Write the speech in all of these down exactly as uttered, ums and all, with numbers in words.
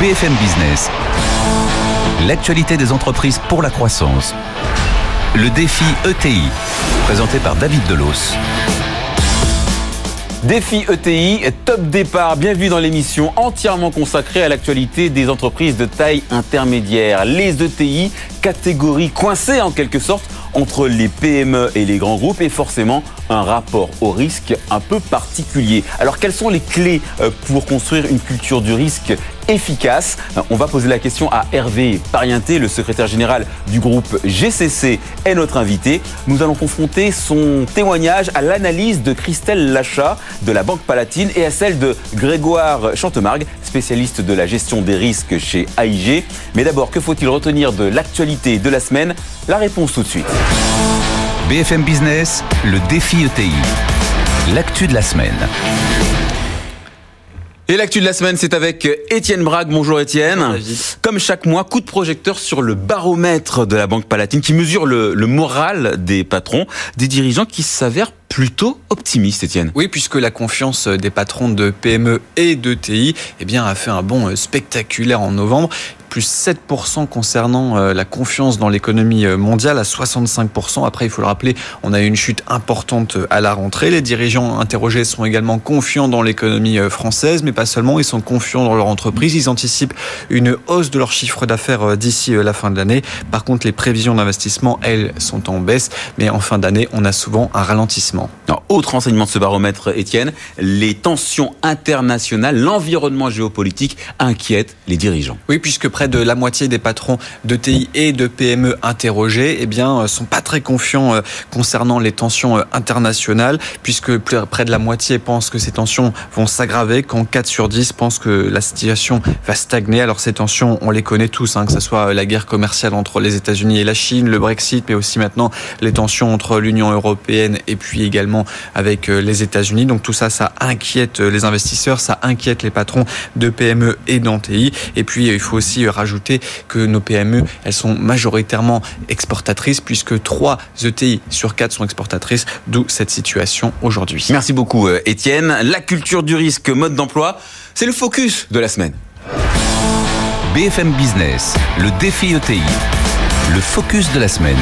B F M Business. L'actualité des entreprises pour la croissance. Le défi E T I, présenté par David Delos. Défi E T I, top départ, bienvenue dans l'émission entièrement consacrée à l'actualité des entreprises de taille intermédiaire. Les E T I, catégorie coincée en quelque sorte entre les P M E et les grands groupes et forcément un rapport au risque un peu particulier. Alors quelles sont les clés pour construire une culture du risque efficace? On va poser la question à Hervé Parienté, le secrétaire général du groupe G C C, est notre invité. Nous allons confronter son témoignage à l'analyse de Christelle Lachat de la Banque Palatine et à celle de Grégoire Chantemargue, spécialiste de la gestion des risques chez A I G. Mais d'abord, que faut-il retenir de l'actualité de la semaine? La réponse tout de suite. B F M Business, le défi E T I. L'actu de la semaine. Et l'actu de la semaine, c'est avec Étienne Braque. Bonjour Étienne. Bonjour, comme chaque mois, coup de projecteur sur le baromètre de la Banque Palatine qui mesure le, le moral des patrons, des dirigeants qui s'avèrent plutôt optimiste, Étienne. Oui, puisque la confiance des patrons de P M E et d'E T I eh bien, a fait un bond spectaculaire en novembre. Plus sept pour cent concernant la confiance dans l'économie mondiale, à soixante-cinq pour cent. Après, il faut le rappeler, on a eu une chute importante à la rentrée. Les dirigeants interrogés sont également confiants dans l'économie française, mais pas seulement, ils sont confiants dans leur entreprise. Ils anticipent une hausse de leur chiffre d'affaires d'ici la fin de l'année. Par contre, les prévisions d'investissement, elles, sont en baisse. Mais en fin d'année, on a souvent un ralentissement. Alors, autre enseignement de ce baromètre, Étienne, les tensions internationales, l'environnement géopolitique inquiètent les dirigeants. Oui, puisque près de la moitié des patrons d'E T I et de P M E interrogés, eh bien, sont pas très confiants concernant les tensions internationales, puisque près de la moitié pensent que ces tensions vont s'aggraver, quand quatre sur dix pensent que la situation va stagner. Alors ces tensions, on les connaît tous, hein, que ce soit la guerre commerciale entre les États-Unis et la Chine, le Brexit, mais aussi maintenant les tensions entre l'Union européenne et puis également avec les États-Unis. Donc tout ça, ça inquiète les investisseurs, ça inquiète les patrons de P M E et d'E T I. Et puis il faut aussi rajouter que nos P M E, elles sont majoritairement exportatrices, puisque trois E T I sur quatre sont exportatrices, d'où cette situation aujourd'hui. Merci beaucoup Étienne. La culture du risque, mode d'emploi, c'est le focus de la semaine. B F M Business, le défi E T I, le focus de la semaine.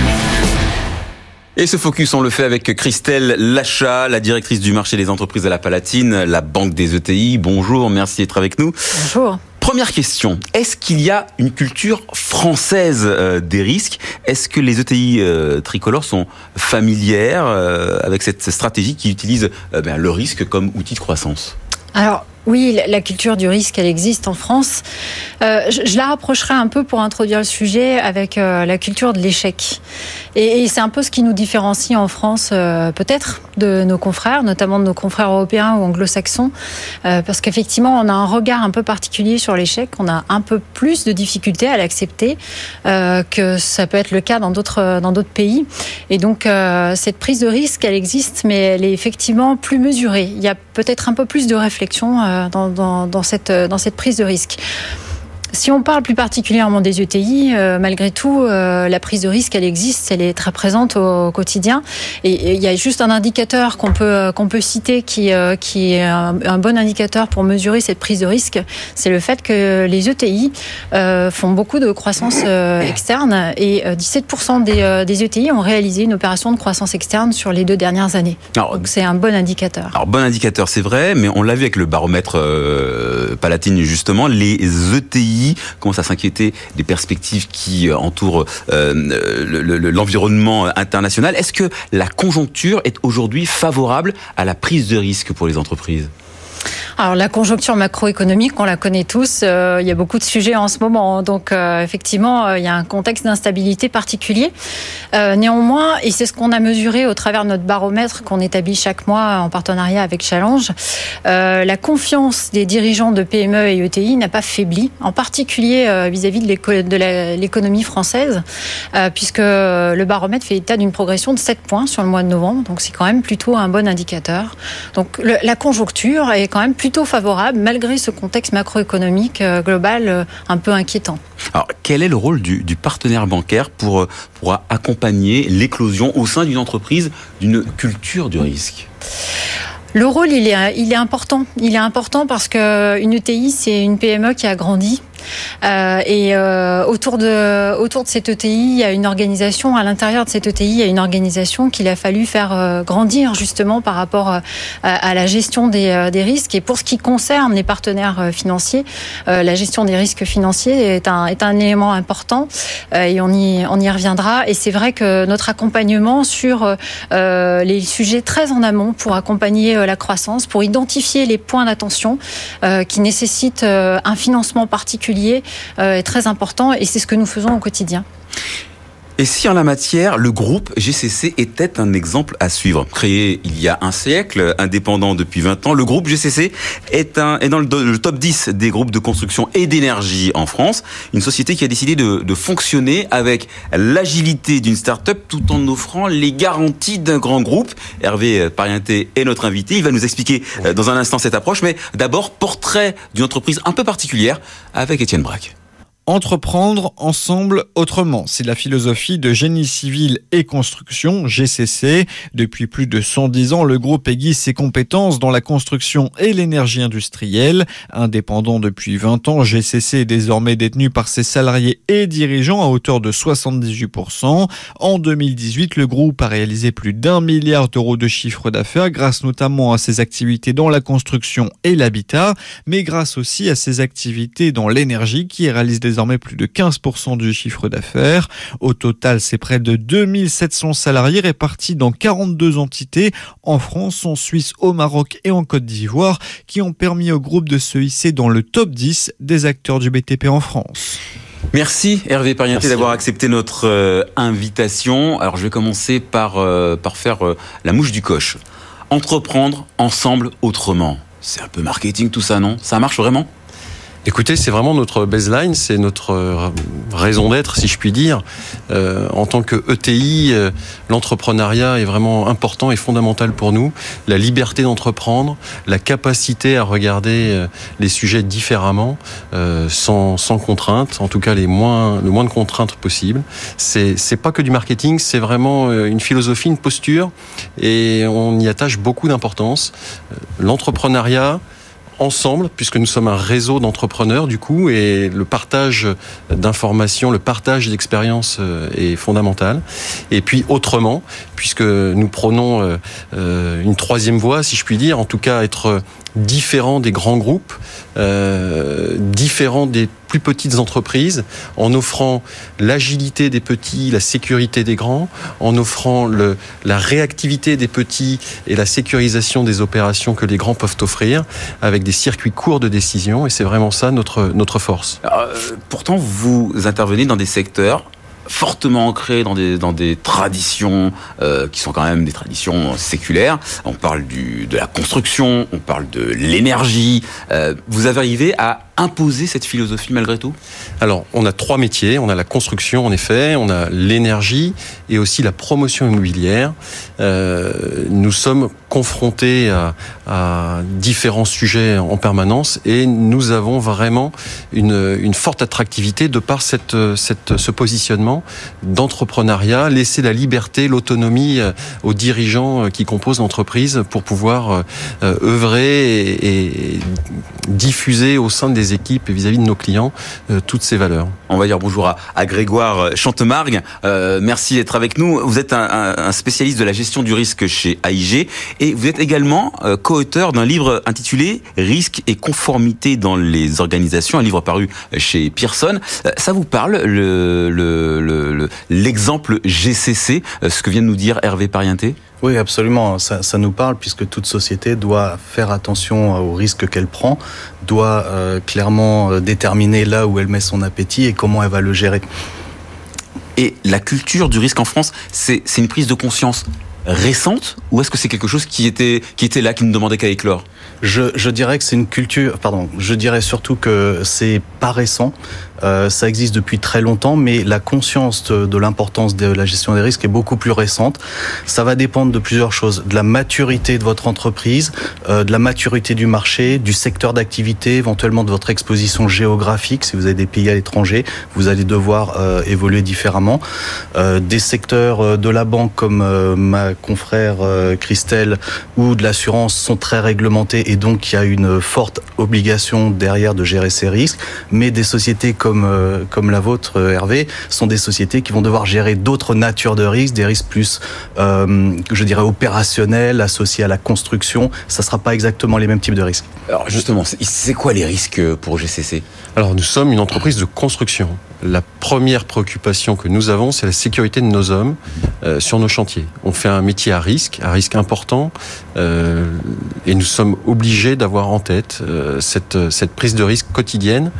Et ce focus, on le fait avec Christelle Lachat, la directrice du marché des entreprises à la Palatine, la banque des E T I. Bonjour, merci d'être avec nous. Bonjour. Première question, est-ce qu'il y a une culture française euh, des risques? Est-ce que les E T I euh, tricolores sont familières euh, avec cette stratégie qui utilise euh, ben, le risque comme outil de croissance? Alors, oui, la culture du risque, elle existe en France. Euh, je, je la rapprocherai un peu pour introduire le sujet avec euh, la culture de l'échec. Et, et c'est un peu ce qui nous différencie en France, euh, peut-être, de nos confrères, notamment de nos confrères européens ou anglo-saxons, euh, parce qu'effectivement, on a un regard un peu particulier sur l'échec. On a un peu plus de difficultés à l'accepter euh, que ça peut être le cas dans d'autres dans d'autres pays. Et donc, euh, cette prise de risque, elle existe, mais elle est effectivement plus mesurée. Il y a peut-être un peu plus de réflexion euh, Dans, dans, dans, cette, dans cette prise de risque. Si on parle plus particulièrement des E T I, euh, malgré tout, euh, la prise de risque, elle existe, elle est très présente au, au quotidien. Et il y a juste un indicateur qu'on peut qu'on peut citer qui euh, qui est un, un bon indicateur pour mesurer cette prise de risque, c'est le fait que les E T I euh, font beaucoup de croissance euh, externe et euh, dix-sept pour cent des, euh, des E T I ont réalisé une opération de croissance externe sur les deux dernières années. Alors, donc c'est un bon indicateur. Alors bon indicateur, c'est vrai, mais on l'a vu avec le baromètre euh, Palatine justement, les E T I commence à s'inquiéter des perspectives qui entourent euh, le, le, l'environnement international. Est-ce que la conjoncture est aujourd'hui favorable à la prise de risque pour les entreprises ? Alors la conjoncture macroéconomique, on la connaît tous, euh, il y a beaucoup de sujets en ce moment, donc euh, effectivement euh, il y a un contexte d'instabilité particulier. Euh, néanmoins, et c'est ce qu'on a mesuré au travers de notre baromètre qu'on établit chaque mois en partenariat avec Challenge, euh, la confiance des dirigeants de P M E et E T I n'a pas faibli, en particulier euh, vis-à-vis de, l'éco- de la, l'économie française, euh, puisque le baromètre fait état d'une progression de sept points sur le mois de novembre, donc c'est quand même plutôt un bon indicateur. Donc le, la conjoncture est quand même plutôt favorable, malgré ce contexte macroéconomique euh, global euh, un peu inquiétant. Alors, quel est le rôle du, du partenaire bancaire pour, pour accompagner l'éclosion au sein d'une entreprise d'une culture du risque ? Le rôle, il est, il est important. Il est important parce qu'une E T I, c'est une P M E qui a grandi. Euh, et euh, autour de autour de cette E T I, il y a une organisation à l'intérieur de cette E T I, il y a une organisation qu'il a fallu faire euh, grandir justement par rapport à, à la gestion des, euh, des risques. Et pour ce qui concerne les partenaires euh, financiers, euh, la gestion des risques financiers est un est un élément important euh, et on y on y reviendra. Et c'est vrai que notre accompagnement sur euh, les sujets très en amont pour accompagner euh, la croissance, pour identifier les points d'attention euh, qui nécessitent euh, un financement particulier euh, est très important et c'est ce que nous faisons au quotidien. Et si en la matière, le groupe G C C était un exemple à suivre? Créé il y a un siècle, indépendant depuis vingt ans, le groupe G C C est, un, est dans le, le top dix des groupes de construction et d'énergie en France. Une société qui a décidé de, de fonctionner avec l'agilité d'une start-up tout en offrant les garanties d'un grand groupe. Hervé Parienté est notre invité. Il va nous expliquer dans un instant cette approche. Mais d'abord, portrait d'une entreprise un peu particulière avec Étienne Braque. Entreprendre ensemble autrement, c'est la philosophie de Génie Civil et Construction, G C C. Depuis plus de cent dix ans, le groupe aiguise ses compétences dans la construction et l'énergie industrielle. Indépendant depuis vingt ans, G C C est désormais détenu par ses salariés et dirigeants à hauteur de soixante-dix-huit pour cent. En deux mille dix-huit, le groupe a réalisé plus d'un milliard d'euros de chiffre d'affaires grâce notamment à ses activités dans la construction et l'habitat, mais grâce aussi à ses activités dans l'énergie qui réalise des désormais plus de quinze pour cent du chiffre d'affaires. Au total, c'est près de deux mille sept cents salariés répartis dans quarante-deux entités en France, en Suisse, au Maroc et en Côte d'Ivoire qui ont permis au groupe de se hisser dans le top dix des acteurs du B T P en France. Merci Hervé Parienté d'avoir accepté notre euh, invitation. Alors je vais commencer par, euh, par faire euh, la mouche du coche. Entreprendre ensemble autrement. C'est un peu marketing tout ça, non? Ça marche vraiment? Écoutez, c'est vraiment notre baseline, c'est notre raison d'être, si je puis dire. Euh, en tant que E T I, euh, l'entrepreneuriat est vraiment important et fondamental pour nous. La liberté d'entreprendre, la capacité à regarder euh, les sujets différemment, euh, sans, sans contraintes, en tout cas les moins, le moins de contraintes possible. C'est, c'est pas que du marketing, c'est vraiment une philosophie, une posture, et on y attache beaucoup d'importance. L'entrepreneuriat, ensemble, puisque nous sommes un réseau d'entrepreneurs du coup, et le partage d'informations, le partage d'expériences est fondamental. Et puis autrement, puisque nous prônons euh, une troisième voie, si je puis dire, en tout cas être différent des grands groupes, euh, différent des plus petites entreprises, en offrant l'agilité des petits, la sécurité des grands, en offrant le, la réactivité des petits et la sécurisation des opérations que les grands peuvent offrir, avec des circuits courts de décision, et c'est vraiment ça notre, notre force. Alors, euh, pourtant, vous intervenez dans des secteurs fortement ancrés dans des, dans des traditions euh, qui sont quand même des traditions séculaires. On parle du, de la construction, on parle de l'énergie. Euh, vous avez arrivé à imposer cette philosophie malgré tout? Alors, on a trois métiers. On a la construction, en effet, on a l'énergie et aussi la promotion immobilière. Euh, nous sommes confrontés à, à différents sujets en permanence et nous avons vraiment une, une forte attractivité de par cette, cette, ce positionnement d'entrepreneuriat, laisser la liberté, l'autonomie aux dirigeants qui composent l'entreprise pour pouvoir euh, œuvrer et, et diffuser au sein des équipes et vis-à-vis de nos clients euh, toutes ces valeurs. On va dire bonjour à, à Grégoire Chantemargue. Euh, merci d'être avec nous. Vous êtes un, un, un spécialiste de la gestion du risque chez A I G et vous êtes également euh, co-auteur d'un livre intitulé Risques et conformité dans les organisations, un livre paru chez Pearson. Euh, ça vous parle le, le, le, le, l'exemple G C C, euh, ce que vient de nous dire Hervé Parienté? Oui, absolument. Ça, ça nous parle puisque toute société doit faire attention aux risques qu'elle prend, doit euh, clairement déterminer là où elle met son appétit et comment elle va le gérer. Et la culture du risque en France, c'est, c'est une prise de conscience récente ou est-ce que c'est quelque chose qui était, qui était là, qui ne demandait qu'à éclore? Je, je dirais que c'est une culture, pardon, je dirais surtout que c'est pas récent. Euh, ça existe depuis très longtemps, mais la conscience de, de l'importance de la gestion des risques est beaucoup plus récente. Ça va dépendre de plusieurs choses, de la maturité de votre entreprise, euh, de la maturité du marché, du secteur d'activité, éventuellement de votre exposition géographique. Si vous avez des pays à l'étranger, vous allez devoir euh, évoluer différemment. Euh, des secteurs de la banque comme euh, ma la confrère euh, Christelle ou de l'assurance sont très réglementés et donc il y a une forte obligation derrière de gérer ces risques. Mais des sociétés comme euh, comme la vôtre, Hervé, sont des sociétés qui vont devoir gérer d'autres natures de risques, des risques plus, euh, je dirais, opérationnels, associés à la construction. Ça sera pas exactement les mêmes types de risques. Alors justement, c'est, c'est quoi les risques pour G C C ? Alors nous sommes une entreprise de construction. La première préoccupation que nous avons, c'est la sécurité de nos hommes euh, sur nos chantiers. On fait un métier à risque, à risque important, euh, et nous sommes obligés d'avoir en tête euh, cette, cette prise de risque quotidienne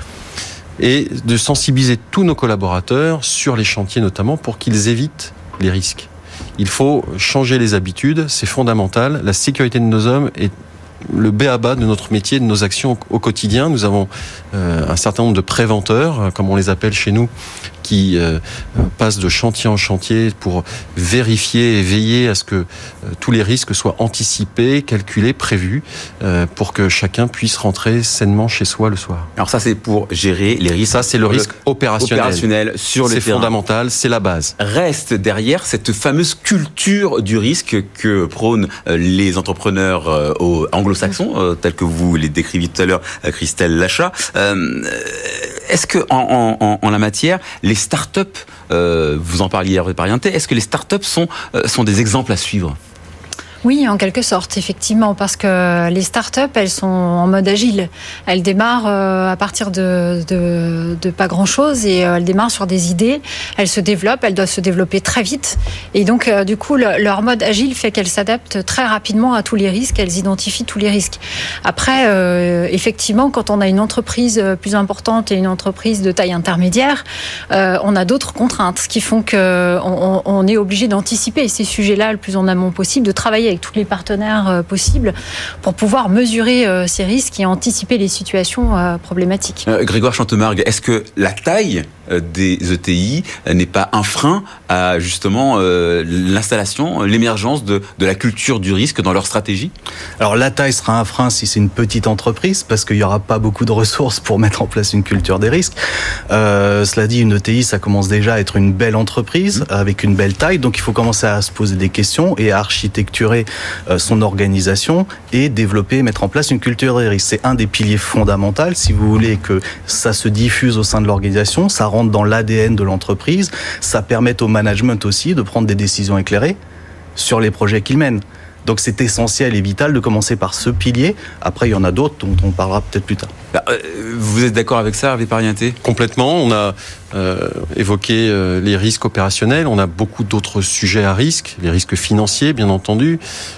et de sensibiliser tous nos collaborateurs sur les chantiers notamment pour qu'ils évitent les risques. Il faut changer les habitudes, c'est fondamental. La sécurité de nos hommes est le b a ba de notre métier, de nos actions au quotidien. Nous avons euh, un certain nombre de préventeurs, comme on les appelle chez nous, qui euh, passent de chantier en chantier pour vérifier et veiller à ce que euh, tous les risques soient anticipés, calculés, prévus, euh, pour que chacun puisse rentrer sainement chez soi le soir. Alors ça, c'est pour gérer les risques. Ça, c'est le risque opérationnel. opérationnel sur le c'est terrain. fondamental, c'est la base. Reste derrière cette fameuse culture du risque que prônent les entrepreneurs euh, anglo-saxons, euh, tels que vous les décriviez tout à l'heure, Christelle Lachat. Euh, est-ce que en, en, en la matière, les startups, euh, vous en parliez Hervé Parienté, est-ce que les startups sont euh, sont des exemples à suivre ? Oui, en quelque sorte, effectivement, parce que les startups, elles sont en mode agile. Elles démarrent à partir de, de, de pas grand-chose et elles démarrent sur des idées. Elles se développent, elles doivent se développer très vite. Et donc, du coup, leur mode agile fait qu'elles s'adaptent très rapidement à tous les risques. Elles identifient tous les risques. Après, euh, effectivement, quand on a une entreprise plus importante et une entreprise de taille intermédiaire, euh, on a d'autres contraintes, ce qui font qu'on on est obligé d'anticiper ces sujets-là le plus en amont possible, de travailler avec tous les partenaires euh, possibles pour pouvoir mesurer euh, ces risques et anticiper les situations euh, problématiques. Euh, Grégoire Chantemargue, est-ce que la taille euh, des E T I euh, n'est pas un frein à justement euh, l'installation, l'émergence de, de la culture du risque dans leur stratégie ? Alors la taille sera un frein si c'est une petite entreprise parce qu'il n'y aura pas beaucoup de ressources pour mettre en place une culture des risques. Euh, cela dit, une E T I, ça commence déjà à être une belle entreprise mmh. avec une belle taille, donc il faut commencer à se poser des questions et à architecturer son organisation et développer, mettre en place une culture des risques. C'est un des piliers fondamentaux. Si vous voulez que ça se diffuse au sein de l'organisation, ça rentre dans l'A D N de l'entreprise, ça permet au management aussi de prendre des décisions éclairées sur les projets qu'il mène. Donc c'est essentiel et vital de commencer par ce pilier. Après, il y en a d'autres dont on parlera peut-être plus tard. Vous êtes d'accord avec ça, Hervé Parienté ? Complètement. On a euh, évoqué euh, les risques opérationnels. On a beaucoup d'autres sujets à risque. Les risques financiers, bien entendu.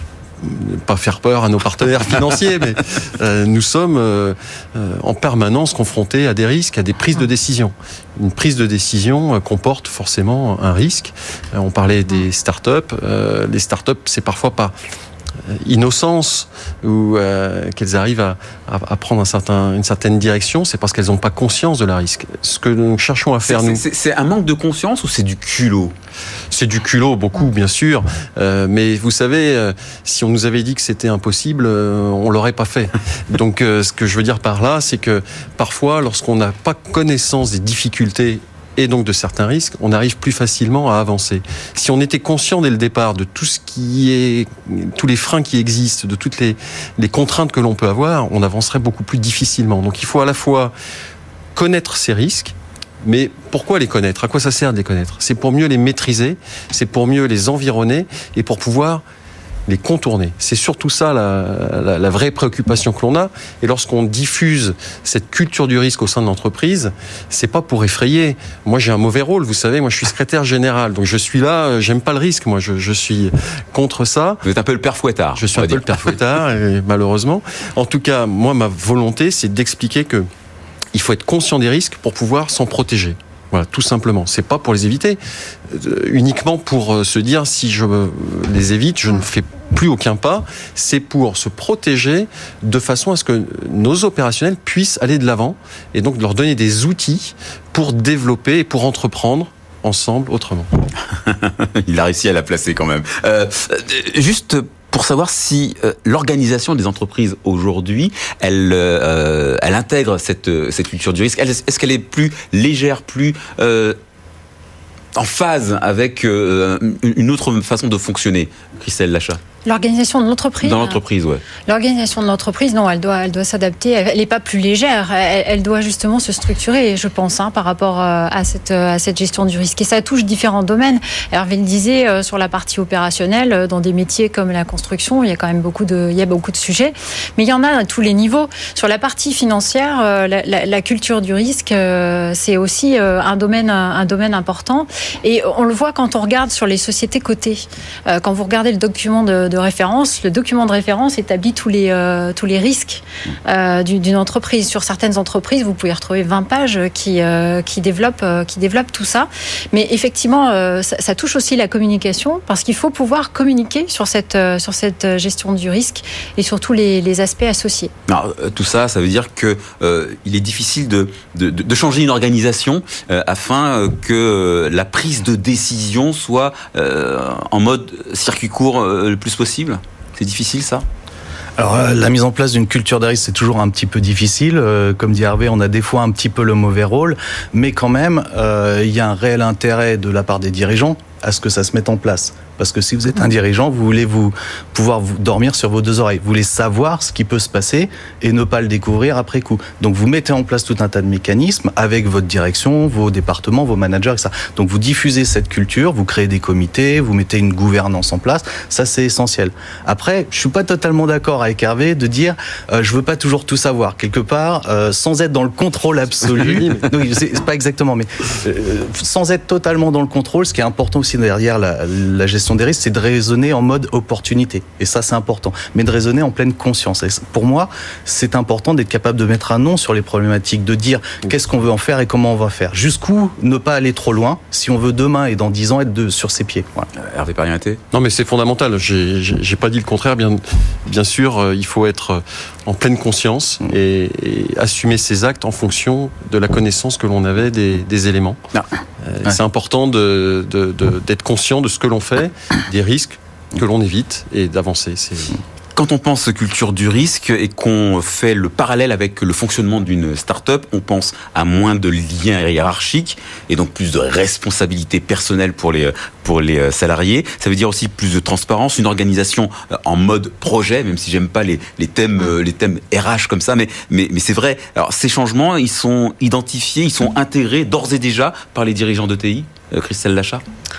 Pas faire peur à nos partenaires financiers, mais euh, nous sommes euh, euh, en permanence confrontés à des risques, à des prises de décision. Une prise de décision euh, comporte forcément un risque. Euh, on parlait des startups. Euh, les startups, c'est parfois pas innocence ou euh, qu'elles arrivent à, à, à prendre un certain, une certaine direction, c'est parce qu'elles n'ont pas conscience de la risque. Ce que nous cherchons à faire, c'est, nous... C'est, c'est un manque de conscience ou c'est du culot ? C'est du culot, beaucoup, bien sûr. Euh, mais vous savez, euh, si on nous avait dit que c'était impossible, euh, on l'aurait pas fait. Donc, euh, ce que je veux dire par là, c'est que parfois, lorsqu'on n'a pas connaissance des difficultés et donc de certains risques, on arrive plus facilement à avancer. Si on était conscient dès le départ de tout ce qui est, tous les freins qui existent, de toutes les, les contraintes que l'on peut avoir, on avancerait beaucoup plus difficilement. Donc il faut à la fois connaître ces risques, mais pourquoi les connaître ? À quoi ça sert de les connaître ? C'est pour mieux les maîtriser, c'est pour mieux les environner et pour pouvoir les contourner. C'est surtout ça la, la, la vraie préoccupation que l'on a. Et lorsqu'on diffuse cette culture du risque au sein de l'entreprise, c'est pas pour effrayer. Moi, j'ai un mauvais rôle, vous savez. Moi, je suis secrétaire général, donc je suis là. J'aime pas le risque. Moi, je, je suis contre ça. Vous êtes un peu le père Fouettard. Je suis un peu dire. le père Fouettard, et malheureusement. En tout cas, moi, ma volonté, c'est d'expliquer que il faut être conscient des risques pour pouvoir s'en protéger. Voilà, tout simplement. C'est pas pour les éviter, euh, uniquement pour euh, se dire si je euh, les évite, je ne fais plus aucun pas. C'est pour se protéger de façon à ce que nos opérationnels puissent aller de l'avant et donc leur donner des outils pour développer et pour entreprendre ensemble autrement. Il a réussi à la placer quand même. Euh, juste pour savoir si euh, l'organisation des entreprises aujourd'hui, elle, euh, elle intègre cette, cette culture du risque. Elle, est-ce qu'elle est plus légère, plus euh, en phase avec euh, une autre façon de fonctionner, Christelle Lachat? L'organisation de l'entreprise. Dans l'entreprise, ouais. L'organisation de l'entreprise, non, elle doit, elle doit s'adapter. Elle n'est pas plus légère. Elle, elle doit justement se structurer, je pense, hein, par rapport à cette, à cette gestion du risque. Et ça touche différents domaines. Hervé le disait, euh, sur la partie opérationnelle, dans des métiers comme la construction, il y a quand même beaucoup de, il y a beaucoup de sujets. Mais il y en a à tous les niveaux. Sur la partie financière, euh, la, la, la culture du risque, euh, c'est aussi euh, un domaine, un domaine important. Et on le voit quand on regarde sur les sociétés cotées. Euh, quand vous regardez le document de de référence, le document de référence établit tous les, euh, tous les risques euh, d'une entreprise. Sur certaines entreprises, vous pouvez retrouver vingt pages qui, euh, qui, développent, euh, qui développent tout ça. Mais effectivement, euh, ça, ça touche aussi la communication, parce qu'il faut pouvoir communiquer sur cette, euh, sur cette gestion du risque et sur tous les, les aspects associés. Alors, tout ça, ça veut dire qu'il euh, est difficile de, de, de changer une organisation euh, afin que la prise de décision soit euh, en mode circuit court euh, le plus possible. Possible. C'est difficile, ça? Alors, la mise en place d'une culture de risque, c'est toujours un petit peu difficile. Euh, comme dit Hervé, on a des fois un petit peu le mauvais rôle, mais quand même, euh, il y a un réel intérêt de la part des dirigeants à ce que ça se mette en place. Parce que si vous êtes un dirigeant, vous voulez vous pouvoir vous dormir sur vos deux oreilles. Vous voulez savoir ce qui peut se passer et ne pas le découvrir après coup. Donc vous mettez en place tout un tas de mécanismes avec votre direction, vos départements, vos managers, et cetera. Donc vous diffusez cette culture, vous créez des comités, vous mettez une gouvernance en place. Ça, c'est essentiel. Après, je suis pas totalement d'accord avec Hervé de dire euh, je veux pas toujours tout savoir. Quelque part, euh, sans être dans le contrôle absolu. Non, c'est pas exactement, mais euh, sans être totalement dans le contrôle, ce qui est important aussi derrière la, la gestion des risques, c'est de raisonner en mode opportunité. Et ça, c'est important. Mais de raisonner en pleine conscience. Et pour moi, c'est important d'être capable de mettre un nom sur les problématiques, de dire qu'est-ce qu'on veut en faire et comment on va faire. Jusqu'où ne pas aller trop loin si on veut demain et dans dix ans être de, sur ses pieds. Voilà. Euh, Hervé Parienté. Non, mais c'est fondamental. J'ai, j'ai, j'ai pas dit le contraire. Bien, bien sûr, euh, il faut être en pleine conscience mmh. et, et assumer ses actes en fonction de la connaissance que l'on avait des, des éléments. Euh, ouais. C'est important de, de, de, d'être conscient de ce que l'on fait, des risques que l'on évite et d'avancer. C'est... Quand on pense culture du risque et qu'on fait le parallèle avec le fonctionnement d'une start-up, on pense à moins de liens hiérarchiques et donc plus de responsabilités personnelles pour les, pour les salariés. Ça veut dire aussi plus de transparence, une organisation en mode projet, même si j'aime pas les, les thèmes, les thèmes R H comme ça, mais, mais, mais c'est vrai. Alors, ces changements, ils sont identifiés, ils sont intégrés d'ores et déjà par les dirigeants d'E T I. Euh, Christelle Lachat.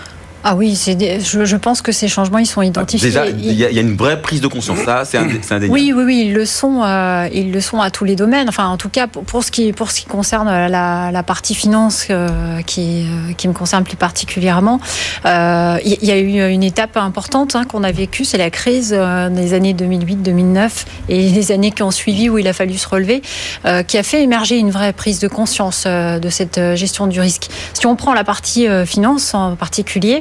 Ah oui, c'est des, je, je pense que ces changements, ils sont identifiés. Déjà, il y, y a une vraie prise de conscience. Ça, c'est, un, c'est indéniable. Oui, oui, oui, ils le sont. Euh, ils le sont à tous les domaines. Enfin, en tout cas, pour, pour ce qui, pour ce qui concerne la, la partie finance, euh, qui, euh, qui me concerne plus particulièrement, euh, il y, y a eu une étape importante hein, qu'on a vécue, c'est la crise euh, des années deux mille huit deux mille neuf et les années qui ont suivi où il a fallu se relever, euh, qui a fait émerger une vraie prise de conscience euh, de cette gestion du risque. Si on prend la partie euh, finance en particulier.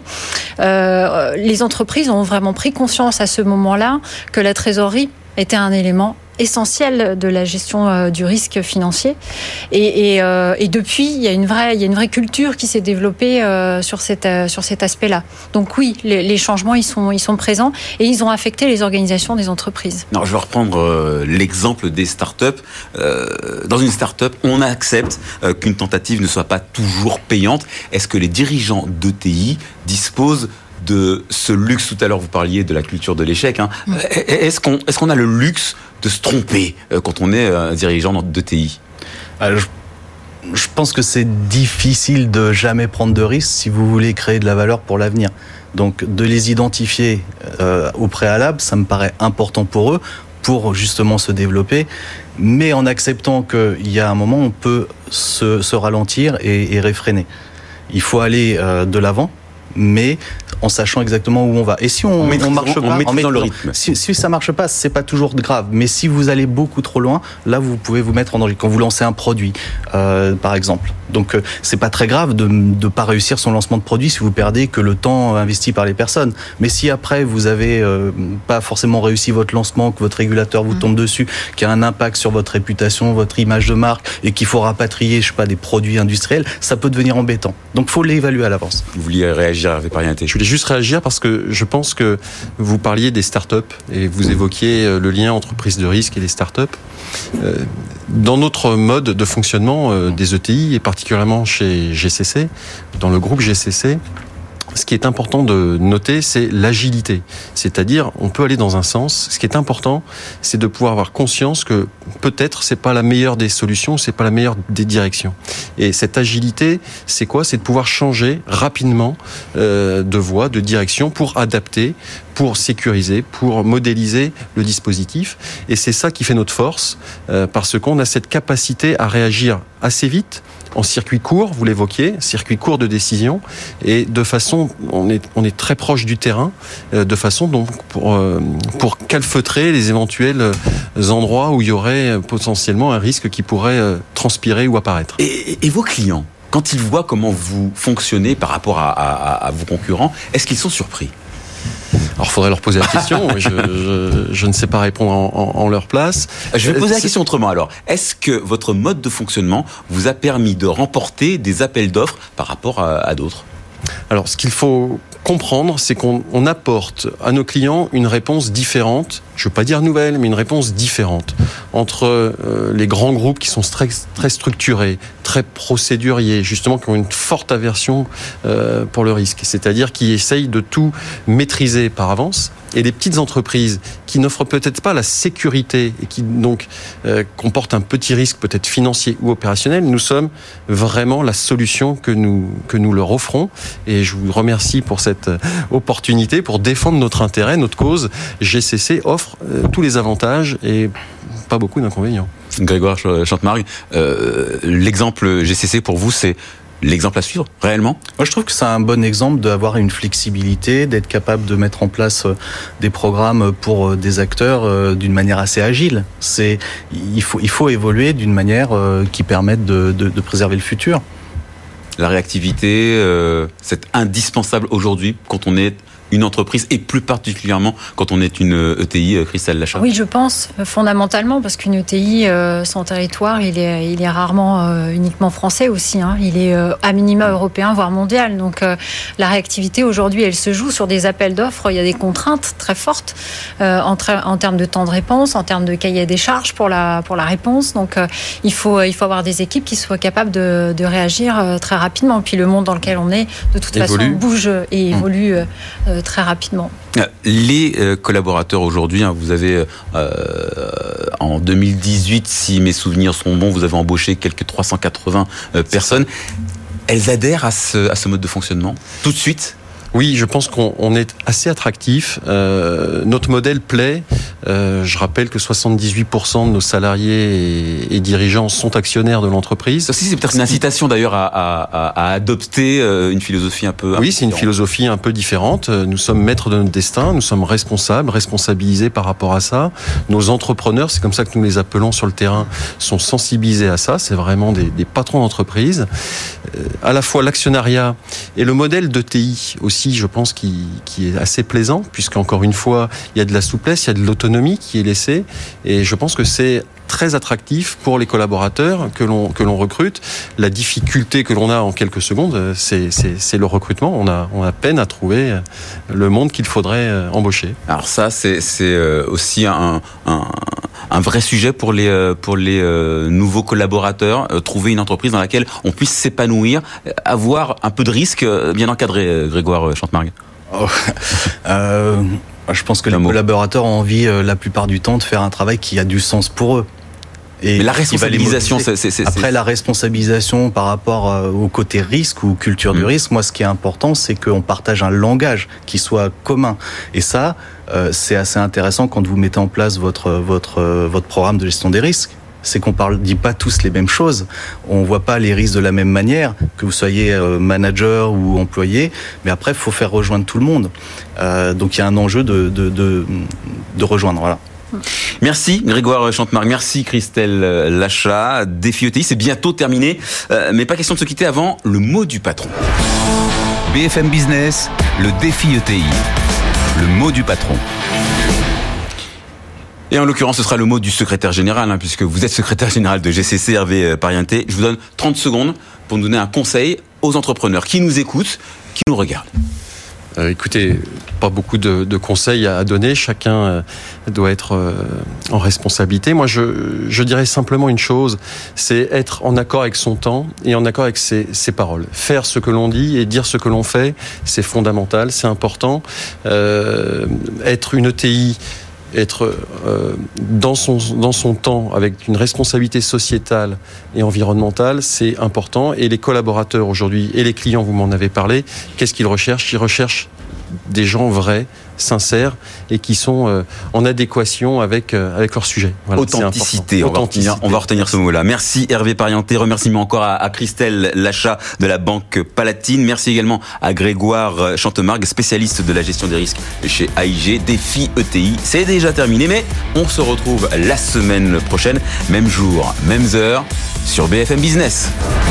Euh, les entreprises ont vraiment pris conscience à ce moment-là que la trésorerie était un élément essentiel de la gestion euh, du risque financier et, et, euh, et depuis il y a une vraie il y a une vraie culture qui s'est développée euh, sur cette euh, sur cet aspect-là. Donc oui, les, les changements ils sont ils sont présents et ils ont affecté les organisations des entreprises. Non, je vais reprendre euh, l'exemple des startups. Euh, dans une startup, on accepte euh, qu'une tentative ne soit pas toujours payante. Est-ce que les dirigeants d'E T I disposent de ce luxe? Tout à l'heure, vous parliez de la culture de l'échec. Hein. Mmh. Est-ce qu'on, est-ce qu'on a le luxe de se tromper quand on est un dirigeant d'E T I? Alors, je, je pense que c'est difficile de jamais prendre de risques si vous voulez créer de la valeur pour l'avenir. Donc, de les identifier euh, au préalable, ça me paraît important pour eux, pour justement se développer, mais en acceptant qu'il y a un moment où on peut se, se ralentir et, et réfréner. Il faut aller euh, de l'avant, mais en sachant exactement où on va. Et si on ne marche pas, en mettant le rythme. Si, si ça marche pas, c'est pas toujours grave. Mais si vous allez beaucoup trop loin, là vous pouvez vous mettre en danger. Quand vous lancez un produit, euh, par exemple. Donc euh, c'est pas très grave de ne pas réussir son lancement de produit si vous perdez que le temps investi par les personnes. Mais si après vous avez euh, pas forcément réussi votre lancement, que votre régulateur vous tombe dessus, qu'il y a un impact sur votre réputation, votre image de marque, et qu'il faut rapatrier, je sais pas, des produits industriels, ça peut devenir embêtant. Donc faut l'évaluer à l'avance. Vous vouliez réagir? réagir, Hervé Parienté? Je voulais juste réagir parce que je pense que vous parliez des startups et vous évoquiez le lien entre prise de risque et les startups. Dans notre mode de fonctionnement des E T I et particulièrement chez G C C, dans le groupe G C C, ce qui est important de noter, c'est l'agilité. C'est-à-dire, on peut aller dans un sens. Ce qui est important, c'est de pouvoir avoir conscience que peut-être c'est pas la meilleure des solutions, c'est pas la meilleure des directions. Et cette agilité, c'est quoi? C'est de pouvoir changer rapidement euh, de voie, de direction pour adapter, pour sécuriser, pour modéliser le dispositif. Et c'est ça qui fait notre force, euh, parce qu'on a cette capacité à réagir assez vite, en circuit court, vous l'évoquiez, circuit court de décision, et de façon, on est, on est très proche du terrain, euh, de façon donc pour, euh, pour calfeutrer les éventuels endroits où il y aurait potentiellement un risque qui pourrait euh, transpirer ou apparaître. Et, et vos clients, quand ils voient comment vous fonctionnez par rapport à, à, à vos concurrents, est-ce qu'ils sont surpris? Alors, il faudrait leur poser la question. je, je, je ne sais pas répondre en, en, en leur place. Je vais poser la question autrement alors. Est-ce que votre mode de fonctionnement vous a permis de remporter des appels d'offres par rapport à, à d'autres? Alors, ce qu'il faut comprendre, c'est qu'on on apporte à nos clients une réponse différente, je ne veux pas dire nouvelle, mais une réponse différente entre euh, les grands groupes qui sont très, très structurés, très procéduriers, justement qui ont une forte aversion euh, pour le risque, c'est-à-dire qui essayent de tout maîtriser par avance, et les petites entreprises qui n'offrent peut-être pas la sécurité et qui donc euh, comportent un petit risque peut-être financier ou opérationnel. Nous sommes vraiment la solution que nous, que nous leur offrons, et je vous remercie pour cette opportunité, pour défendre notre intérêt, notre cause. G C C offre euh, tous les avantages et pas beaucoup d'inconvénients. Grégoire Chantemargue, euh, l'exemple G C C pour vous, c'est l'exemple à suivre, réellement? Moi, je trouve que c'est un bon exemple d'avoir une flexibilité, d'être capable de mettre en place des programmes pour des acteurs d'une manière assez agile. C'est, il faut, il faut évoluer d'une manière qui permette de, de, de préserver le futur. La réactivité, euh, c'est indispensable aujourd'hui quand on est une entreprise et plus particulièrement quand on est une E T I, Christelle Lachat? Oui, je pense fondamentalement parce qu'une E T I, euh, son territoire, il est, il est rarement euh, uniquement français aussi. Hein. Il est euh, à minima européen, voire mondial. Donc euh, la réactivité aujourd'hui, elle se joue sur des appels d'offres. Il y a des contraintes très fortes euh, en, tra- en termes de temps de réponse, en termes de cahier des charges pour la, pour la réponse. Donc euh, il, faut, il faut avoir des équipes qui soient capables de, de réagir euh, très rapidement. Puis le monde dans lequel on est, de toute évolue. façon, bouge et évolue euh, très rapidement. Les euh, collaborateurs aujourd'hui, hein, vous avez euh, en deux mille dix-huit, si mes souvenirs sont bons, vous avez embauché quelques trois cent quatre-vingts euh, personnes. Elles adhèrent à ce, à ce mode de fonctionnement tout de suite? Oui, je pense qu'on on est assez attractif. Euh, notre modèle plaît. Euh, je rappelle que soixante-dix-huit pour cent de nos salariés et, et dirigeants sont actionnaires de l'entreprise. Ça aussi, c'est peut-être une incitation d'ailleurs à, à, à adopter une philosophie un peu... Un oui, peu c'est une philosophie un peu différente. Nous sommes maîtres de notre destin, nous sommes responsables, responsabilisés par rapport à ça. Nos entrepreneurs, c'est comme ça que nous les appelons sur le terrain, sont sensibilisés à ça. C'est vraiment des, des patrons d'entreprise. Euh, à la fois l'actionnariat et le modèle d'E T I aussi, je pense, qui, qui est assez plaisant, puisqu'encore une fois, il y a de la souplesse, il y a de l'autonomie qui est laissée, et je pense que c'est très attractif pour les collaborateurs que l'on, que l'on recrute. La difficulté que l'on a en quelques secondes, c'est, c'est, c'est le recrutement. On a, on a peine à trouver le monde qu'il faudrait embaucher. Alors ça, c'est, c'est aussi un, un, un vrai sujet pour les, pour les nouveaux collaborateurs. Trouver une entreprise dans laquelle on puisse s'épanouir, avoir un peu de risque bien encadré, Grégoire Chantemargue. Oh, euh, je pense que les collaborateurs ont envie, euh, la plupart du temps, de faire un travail qui a du sens pour eux. Et mais la responsabilisation, c'est, c'est, c'est, après c'est... la responsabilisation par rapport euh, au côté risque ou culture mmh. du risque, moi, ce qui est important, c'est qu'on partage un langage qui soit commun. Et ça, euh, c'est assez intéressant quand vous mettez en place votre votre votre programme de gestion des risques. C'est qu'on parle, dit pas tous les mêmes choses. On voit pas les risques de la même manière, que vous soyez manager ou employé. Mais après, il faut faire rejoindre tout le monde. Euh, donc, il y a un enjeu de, de, de, de rejoindre. Voilà. Merci Grégoire Chantemargue, merci Christelle Lachat. Défi E T I, c'est bientôt terminé. Euh, mais pas question de se quitter avant le mot du patron. B F M Business, le défi E T I. Le mot du patron. Et en l'occurrence, ce sera le mot du secrétaire général, hein, puisque vous êtes secrétaire général de G C C, Hervé Parienté. Je vous donne trente secondes pour nous donner un conseil aux entrepreneurs qui nous écoutent, qui nous regardent? Euh, écoutez, pas beaucoup de, de conseils à donner. Chacun euh, doit être euh, en responsabilité. Moi, je, je dirais simplement une chose, c'est être en accord avec son temps et en accord avec ses, ses paroles. Faire ce que l'on dit et dire ce que l'on fait, c'est fondamental, c'est important. Euh, être une E T I, être euh, dans son dans son temps avec une responsabilité sociétale et environnementale, c'est important. Et les collaborateurs aujourd'hui et les clients, vous m'en avez parlé, qu'est-ce qu'ils recherchent? Ils recherchent des gens vrais, sincères et qui sont euh, en adéquation avec euh, avec leur sujet. Voilà, authenticité, on va, retenir, on va retenir ce mot-là. Merci Hervé Parienté, remerciements encore à, à Christelle Lachat de la Banque Palatine. Merci également à Grégoire Chantemargue, spécialiste de la gestion des risques chez A I G. Défi E T I, c'est déjà terminé, mais on se retrouve la semaine prochaine, même jour, mêmes heures, sur B F M Business.